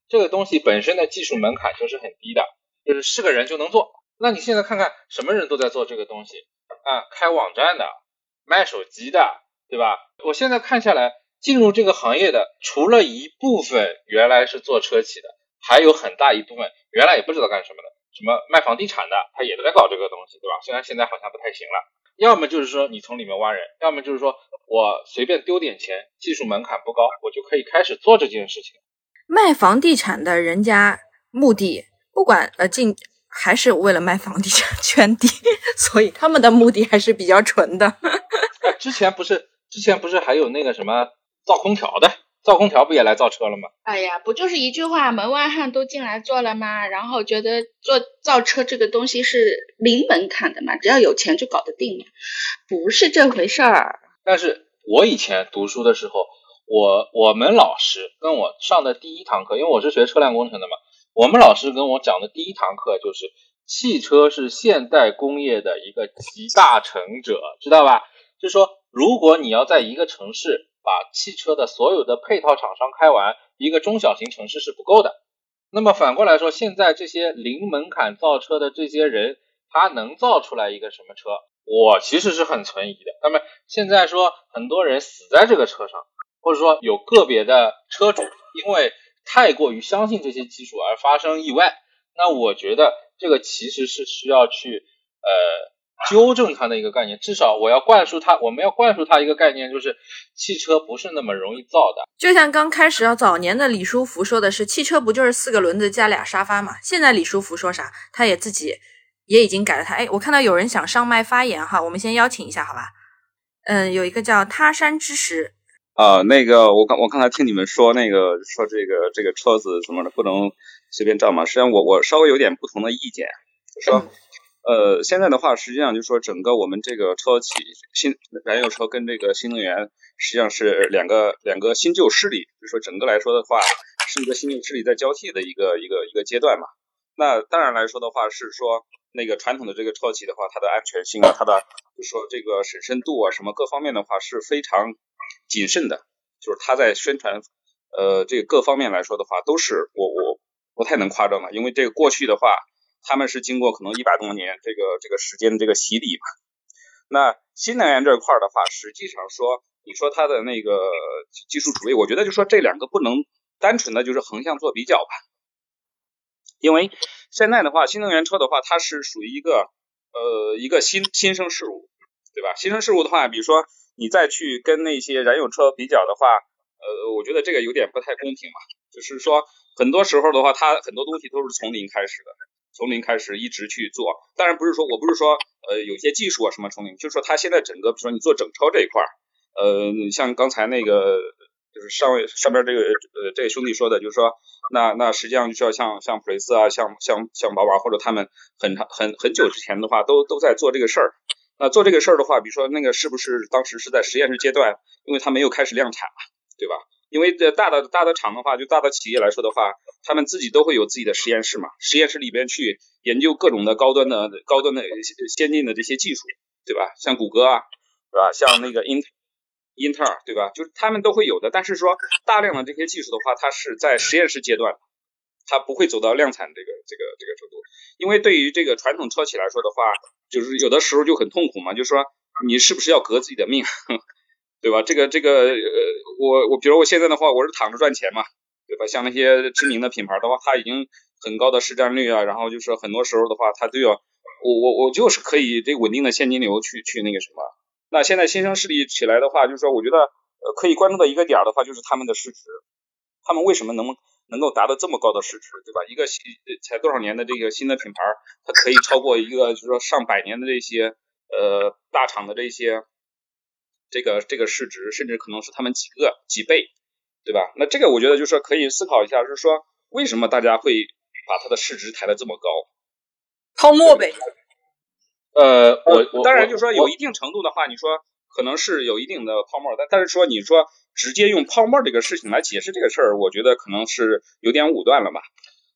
这个东西本身的技术门槛就是很低的，就是是个人就能做。那你现在看看什么人都在做这个东西啊，开网站的，卖手机的，对吧？我现在看下来，进入这个行业的除了一部分原来是做车企的，还有很大一部分原来也不知道干什么的，什么卖房地产的他也在搞这个东西，对吧？虽然现在好像不太行了，要么就是说你从里面挖人，要么就是说我随便丢点钱，技术门槛不高，我就可以开始做这件事情。 卖房地产的人家目的不管还是为了卖房地产圈地，所以他们的目的还是比较纯的。 之前不是还有那个什么造空调的，造空调不也来造车了吗？ 哎呀，不就是一句话，门外汉都进来做了吗？然后觉得造车这个东西是零门槛的嘛，只要有钱就搞得定嘛，不是这回事儿。 但是我以前读书的时候，我们老师跟我上的第一堂课，因为我是学车辆工程的嘛，我们老师跟我讲的第一堂课就是汽车是现代工业的一个集大成者，知道吧？就是说如果你要在一个城市把汽车的所有的配套厂商开完，一个中小型城市是不够的。那么反过来说，现在这些零门槛造车的这些人，他能造出来一个什么车，我其实是很存疑的。那么现在说很多人死在这个车上，或者说有个别的车主因为太过于相信这些技术而发生意外，那我觉得这个其实是需要去纠正它的一个概念，至少我们要灌输它一个概念，就是汽车不是那么容易造的。 就像刚开始早年的李书福说的是，汽车不就是4个轮子加俩沙发嘛？现在李书福说啥，他也自己也已经改了他。我看到有人想上麦发言哈，我们先邀请一下好吧。有一个叫他山之石。 那个我刚才听你们说这个车子什么的不能随便造嘛，实际上我稍微有点不同的意见，就是说现在的话实际上就是说整个我们这个车企新燃油车跟这个新能源实际上是两个新旧势力，就是说整个来说的话是一个新旧势力在交替的一个阶段嘛。那当然来说的话是说那个传统的这个车企的话，它的安全性啊，它的就是说这个审慎度啊什么各方面的话是非常谨慎的，就是它在宣传这个各方面来说的话都是我不太能夸张的，因为这个过去的话他们是经过可能100多年这个时间的这个洗礼嘛。那新能源这块的话，实际上说你说它的那个技术储备，我觉得就说这两个不能单纯的就是横向做比较吧。因为现在的话新能源车的话它是属于一个新生事物，对吧？新生事物的话，比如说你再去跟那些燃油车比较的话，我觉得这个有点不太公平嘛。就是说很多时候的话它很多东西都是从零开始的，从零开始一直去做。当然我不是说有些技术啊什么从零，就是说它现在整个比如说你做整车这一块像刚才那个就是上边这个兄弟说的，就是说那实际上就是要像普锐斯啊像宝马或者他们很久之前的话都在做这个事儿。那做这个事儿的话，比如说那个是不是当时是在实验室阶段，因为他没有开始量产嘛，对吧？因为大的厂的话，就大的企业来说的话，他们自己都会有自己的实验室嘛，实验室里边去研究各种的高端的先进的这些技术，对吧？像谷歌啊，对吧？像那个英特尔，对吧？就是他们都会有的。但是说大量的这些技术的话，它是在实验室阶段，它不会走到量产这个程度。因为对于这个传统车企来说的话，就是有的时候就很痛苦嘛，就是说你是不是要革自己的命，对吧？这个我比如我现在的话，我是躺着赚钱嘛，对吧？像那些知名的品牌的话，它已经很高的市占率啊，然后就是很多时候的话，它都要我就是可以这个稳定的现金流去那个什么。那现在新生势力起来的话，就是说我觉得可以关注的一个点的话，就是他们的市值，他们为什么能够达到这么高的市值，对吧？一个才多少年的这个新的品牌，它可以超过一个就是说上百年的这些大厂的这些这个市值，甚至可能是他们几倍，对吧？那这个我觉得就是说可以思考一下，就是说为什么大家会把它的市值抬得这么高？ 泡沫呗。 我当然就是说有一定程度的话，你说可能是有一定的泡沫，但是说你说直接用泡沫这个事情来解释这个事儿，我觉得可能是有点武断了吧。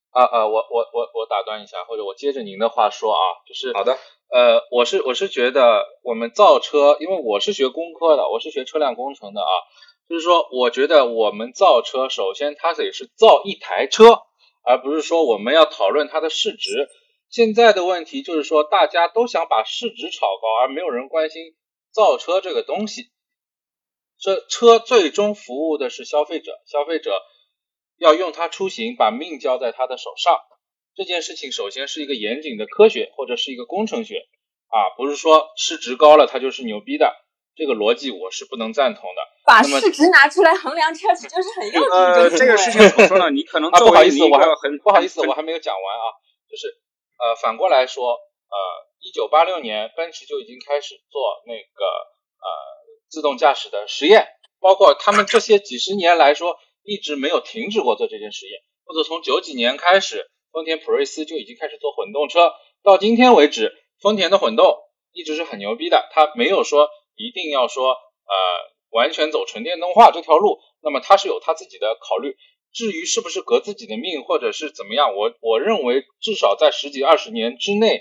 我打断一下，或者我接着您的话说啊，就是好的， 我是觉得我们造车，因为我是学工科的，我是学车辆工程的啊，就是说我觉得我们造车，首先它得是造一台车，而不是说我们要讨论它的市值。现在的问题就是说大家都想把市值炒高，而没有人关心造车这个东西。这车最终服务的是消费者，消费者要用它出行，把命交在他的手上。这件事情首先是一个严谨的科学或者是一个工程学啊，不是说市值高了它就是牛逼的，这个逻辑我是不能赞同的。 把市值拿出来衡量车子就是很幼稚。 这个事情怎么说呢？你可能不好意思，我还没有讲完啊，就是反过来说1986年奔驰就已经开始做那个自动驾驶的实验，包括他们这些几十年来说一直没有停止过做这件实验，或者从90几年开始丰田普锐斯就已经开始做混动车，到今天为止丰田的混动一直是很牛逼的，它没有说一定要说完全走纯电动化这条路，那么它是有它自己的考虑。至于是不是革自己的命或者是怎么样，我认为至少在10几20年之内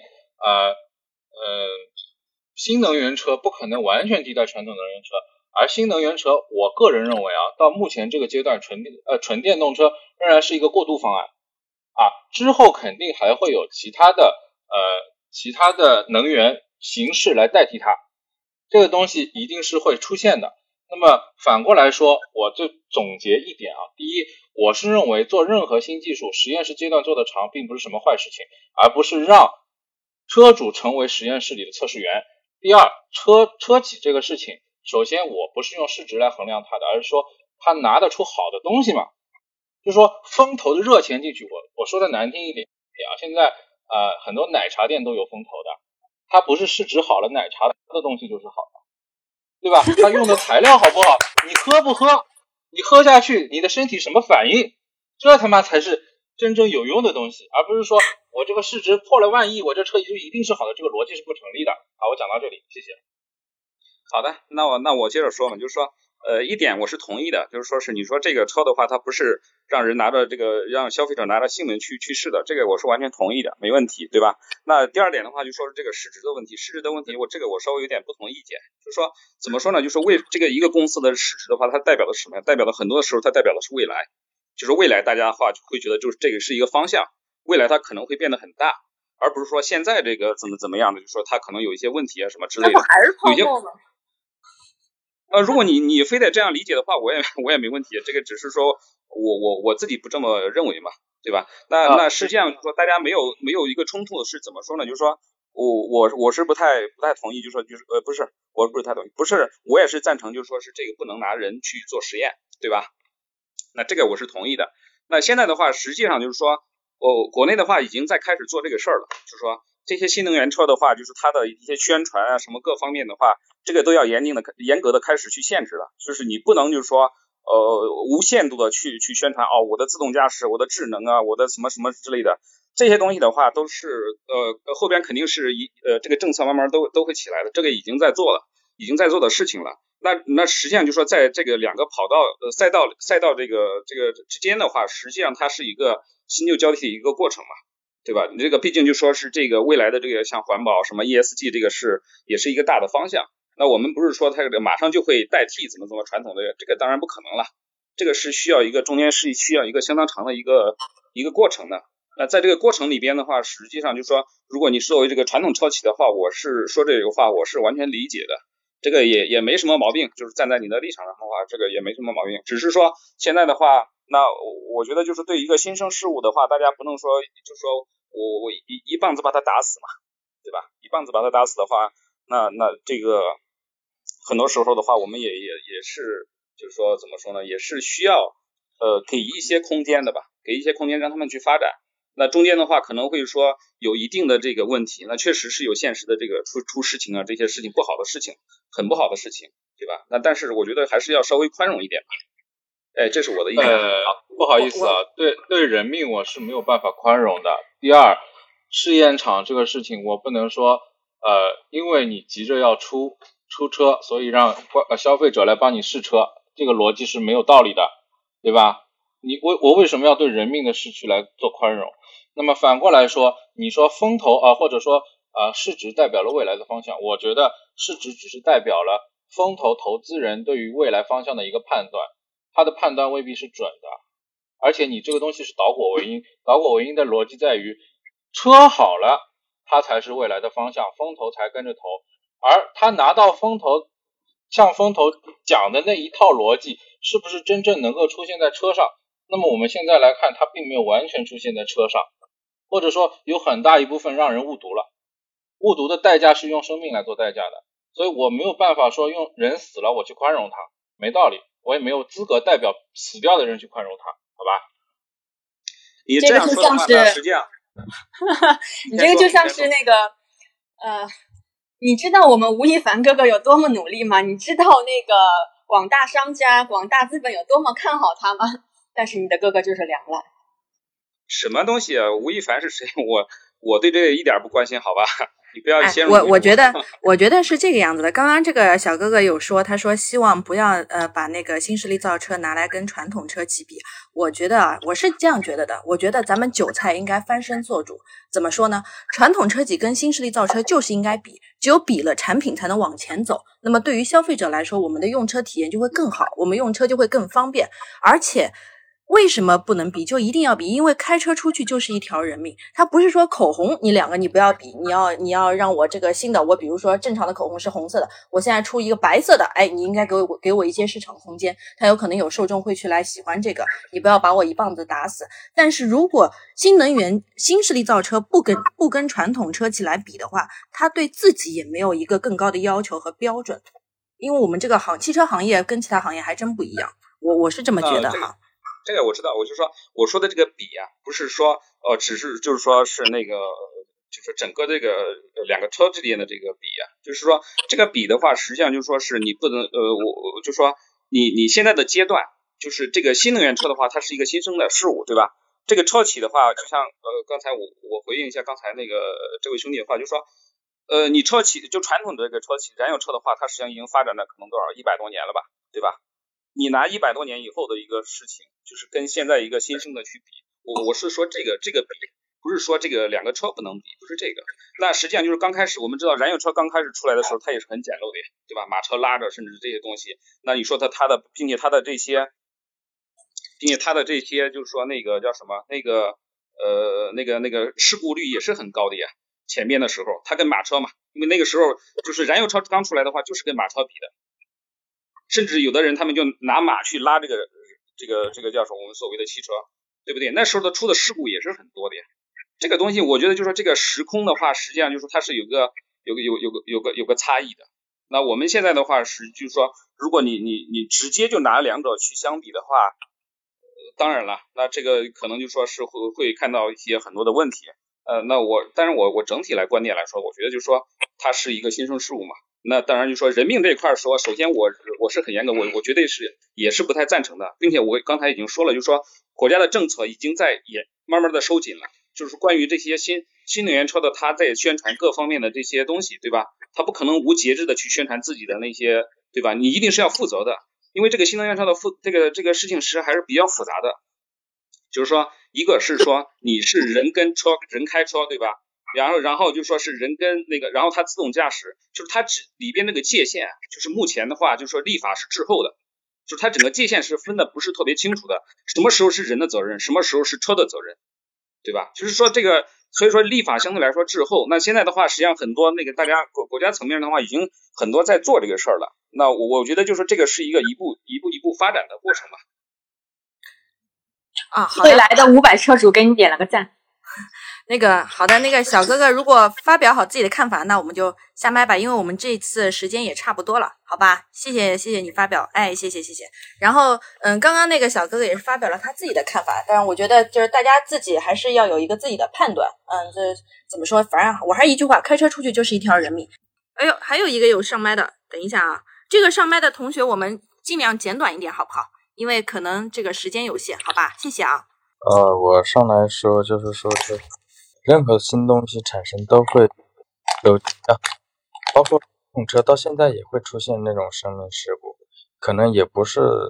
新能源车不可能完全替代传统能源车，而新能源车我个人认为到目前这个阶段纯电动车仍然是一个过渡方案之后肯定还会有其他的能源形式来代替它，这个东西一定是会出现的。那么反过来说，我就总结一点第一，我是认为做任何新技术实验室阶段做得长并不是什么坏事情，而不是让车主成为实验室里的测试员。第二，车企这个事情，首先我不是用市值来衡量它的，而是说它拿得出好的东西嘛，就是说风投的热钱进去，我说的难听一点现在很多奶茶店都有风投的，它不是市值好了奶茶的东西就是好的，对吧？它用的材料好不好，你喝不喝，你喝下去你的身体什么反应，这他妈才是真正有用的东西，而不是说我这个市值破了万亿我这车就一定是好的，这个逻辑是不成立的。好，我讲到这里，谢谢。 好的，那我接着说嘛，就是说一点我是同意的，就是说是你说这个车的话，它不是让消费者拿着性能去试的，这个我是完全同意的，没问题，对吧？那第二点的话，就说是这个市值的问题，我稍微有点不同意见，就是说怎么说呢？就是为这个一个公司的市值的话，它代表的是什么呀？代表的很多的时候它代表的是未来，就是未来大家的话就会觉得就是这个是一个方向，未来它可能会变得很大，而不是说现在这个怎么样的，就是说它可能有一些问题什么之类的。 那不还是泡沫吗？ 如果你非得这样理解的话，我也没问题，这个只是说我自己不这么认为嘛，对吧？那实际上就是说大家没有一个冲突的是怎么说呢？就是说我是不太同意，我不是太同意，我也是赞成，就是说是这个不能拿人去做实验，对吧？那这个我是同意的。那现在的话，实际上就是说国内的话已经在开始做这个事儿了，就是说这些新能源车的话，就是它的一些宣传什么各方面的话，这个都要严格的开始去限制了，就是你不能就是说无限度的去宣传我的自动驾驶，我的智能我的什么什么之类的，这些东西的话都是后边肯定是这个政策慢慢都会起来的，这个已经在做的事情了。那实际上就说在这个两个跑道赛道这个之间的话，实际上它是一个新旧交替的一个过程嘛，对吧？你这个毕竟就说是这个未来的这个像环保什么 ESG 这个也是一个大的方向。那我们不是说它马上就会代替怎么传统的，这个当然不可能了，这个是中间是需要一个相当长的一个过程的。那在这个过程里边的话，实际上就说如果你作为这个传统车企的话，我是说这个话我是完全理解的，这个也没什么毛病，就是站在你的立场上的话，这个也没什么毛病，只是说现在的话，那我觉得就是对一个新生事物的话，大家不能说就是说我一棒子把它打死嘛，对吧？一棒子把它打死的话，那这个很多时候的话，我们也是就是说怎么说呢，也是需要给一些空间的吧，给一些空间让他们去发展。那中间的话可能会说有一定的这个问题，那确实是有现实的这个出事情这些事情，不好的事情，很不好的事情，对吧？那但是我觉得还是要稍微宽容一点吧。这是我的意见。 不好意思对人命我是没有办法宽容的。第二，试验场这个事情我不能说因为你急着要出车，所以让消费者来帮你试车，这个逻辑是没有道理的，对吧？ 我为什么要对人命的逝去来做宽容？那么反过来说，你说风投或者说市值代表了未来的方向，我觉得市值只是代表了风投投资人对于未来方向的一个判断，他的判断未必是准的。而且你这个东西是导果为因，导果为因的逻辑在于车好了它才是未来的方向，风投才跟着投，而他拿到风投像风投讲的那一套逻辑是不是真正能够出现在车上，那么我们现在来看它并没有完全出现在车上，或者说有很大一部分让人误读了，误读的代价是用生命来做代价的，所以我没有办法说用人死了我去宽容他，没道理，我也没有资格代表死掉的人去宽容他，好吧？ 你这样说的话呢，实际上你这个就像是那个你知道我们吴亦凡哥哥有多么努力吗？你知道那个广大商家广大资本有多么看好他吗？但是你的哥哥就是凉了。 什么东西啊？吴亦凡是谁？我对这个一点不关心，好吧？你不要先我觉得是这个样子的。刚刚这个小哥哥有说，他说希望不要把那个新势力造车拿来跟传统车起比。我觉得我是这样觉得的，我觉得咱们韭菜应该翻身做主。怎么说呢？传统车企跟新势力造车就是应该比，只有比了产品才能往前走。那么对于消费者来说，我们的用车体验就会更好，我们用车就会更方便。而且为什么不能比？就一定要比？因为开车出去就是一条人命。它不是说口红你两个你不要比，你要让我这个新的，我比如说正常的口红是红色的，我现在出一个白色的，哎，你应该给我一些市场空间，它有可能有受众会去来喜欢这个，你不要把我一棒子打死。但是如果新能源新势力造车不跟传统车企来比的话，它对自己也没有一个更高的要求和标准，因为我们这个汽车行业跟其他行业还真不一样，我是这么觉得哈。 这个我知道，我就说我说的这个比啊，不是说只是就是说是那个就是整个这个两个车之间的这个比啊，就是说这个比的话，实际上就是说是你不能我就说你现在的阶段，就是这个新能源车的话，它是一个新生的事物，对吧？这个车企的话，就像刚才我回应一下刚才那个这位兄弟的话，就说你车企就传统的这个车企燃油车的话，它实际上已经发展了可能多少100多年了吧，对吧？你拿100多年以后的一个事情，就是跟现在一个新生的去比，我是说这个比，不是说这个两个车不能比，不是这个。那实际上就是刚开始我们知道燃油车刚开始出来的时候，它也是很简陋的，对吧？马车拉着，甚至这些东西。那你说并且它的这些就是说那个叫什么那个事故率也是很高的呀。前面的时候它跟马车嘛，因为那个时候就是燃油车刚出来的话，就是跟马车比的。甚至有的人他们就拿马去拉这个叫什么我们所谓的汽车，对不对？那时候的出的事故也是很多的呀。这个东西我觉得就是说这个时空的话，实际上就是说它是有个差异的。那我们现在的话就是说，如果你直接就拿两者去相比的话，当然了，那这个可能就说是会看到一些很多的问题。但是我整体来观点来说，我觉得就是说它是一个新生事物嘛。那当然就说人命这一块说，首先我是很严格，我绝对也是不太赞成的，并且我刚才已经说了，就是说国家的政策已经也慢慢的收紧了，就是关于这些新能源车的，它在宣传各方面的这些东西，对吧？它不可能无节制的去宣传自己的那些，对吧？你一定是要负责的，因为这个新能源车的这个事情还是比较复杂的，就是说一个是说你是人开车，对吧？然后就说是人跟那个，然后它自动驾驶，就是它里边那个界限，就是目前的话，就是说立法是滞后的，就是它整个界限是分的不是特别清楚的，什么时候是人的责任，什么时候是车的责任，对吧？就是说这个，所以说立法相对来说滞后。那现在的话，实际上很多那个大家国家层面的话，已经很多在做这个事儿了。那我觉得就是这个是一个一步发展的过程吧。 啊， 未来的500车主给你点了个赞。 好的，那个小哥哥如果发表好自己的看法，那我们就下麦吧，因为我们这次时间也差不多了，好吧？谢谢你发表，哎，谢谢。然后刚刚那个小哥哥也是发表了他自己的看法，但是我觉得就是大家自己还是要有一个自己的判断，这怎么说？反正我还是一句话，开车出去就是一条人命。哎呦，还有一个有上麦的，等一下啊，这个上麦的同学我们尽量简短一点，好不好？因为可能这个时间有限，好吧？谢谢啊。 我上来说就是说任何新东西产生都会有包括动车到现在也会出现那种生命事故，可能也不是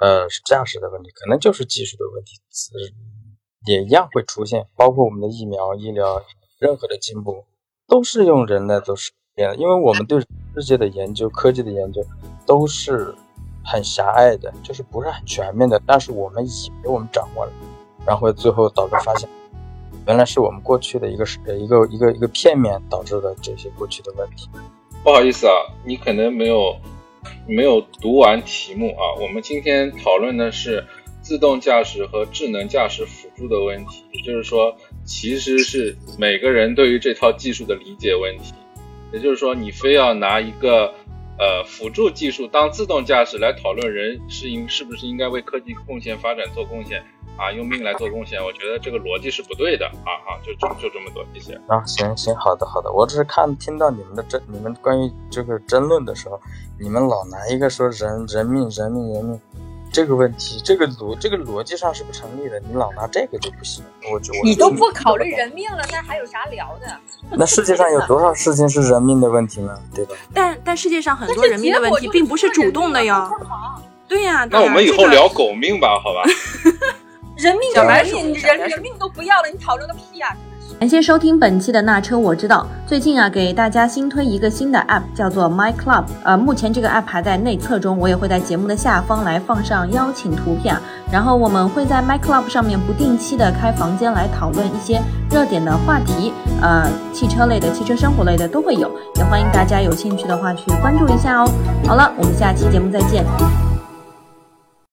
驾驶的问题，可能就是技术的问题，也一样会出现。包括我们的疫苗、医疗，任何的进步都是用人来做实验的，因为我们对世界的研究、科技的研究都是很狭隘的，就是不是很全面的。但是我们以为我们掌握了，然后最后导致发现，原来是我们过去的一个片面导致的这些过去的问题。 不好意思啊，你可能没有读完题目啊。我们今天讨论的是自动驾驶和智能驾驶辅助的问题，也就是说，其实是每个人对于这套技术的理解问题。也就是说，你非要拿一个辅助技术当自动驾驶来讨论人是不是应该为科技贡献发展做贡献啊，用命来做贡献，我觉得这个逻辑是不对的就这么多，谢谢。 行，好的，我只是听到你们关于这个争论的时候，你们老拿一个说人命这个问题，这个逻辑上是不成立的，你老拿这个就不行。 你都不考虑人命了，那还有啥聊的？ 那世界上有多少事情是人命的问题呢？对吧？ 但世界上很多人命的问题并不是主动的哟。对呀， 那我们以后聊狗命吧，好吧？ 人命就人命，人命都不要了，你讨论个屁呀！ 感谢收听本期的那车我知道。最近啊，给大家新推一个新的 app， 叫做 My Club。目前这个 app 还在内测中，我也会在节目的下方来放上邀请图片。然后我们会在 My Club 上面不定期的开房间来讨论一些热点的话题，汽车类的、汽车生活类的都会有，也欢迎大家有兴趣的话去关注一下哦。好了，我们下期节目再见。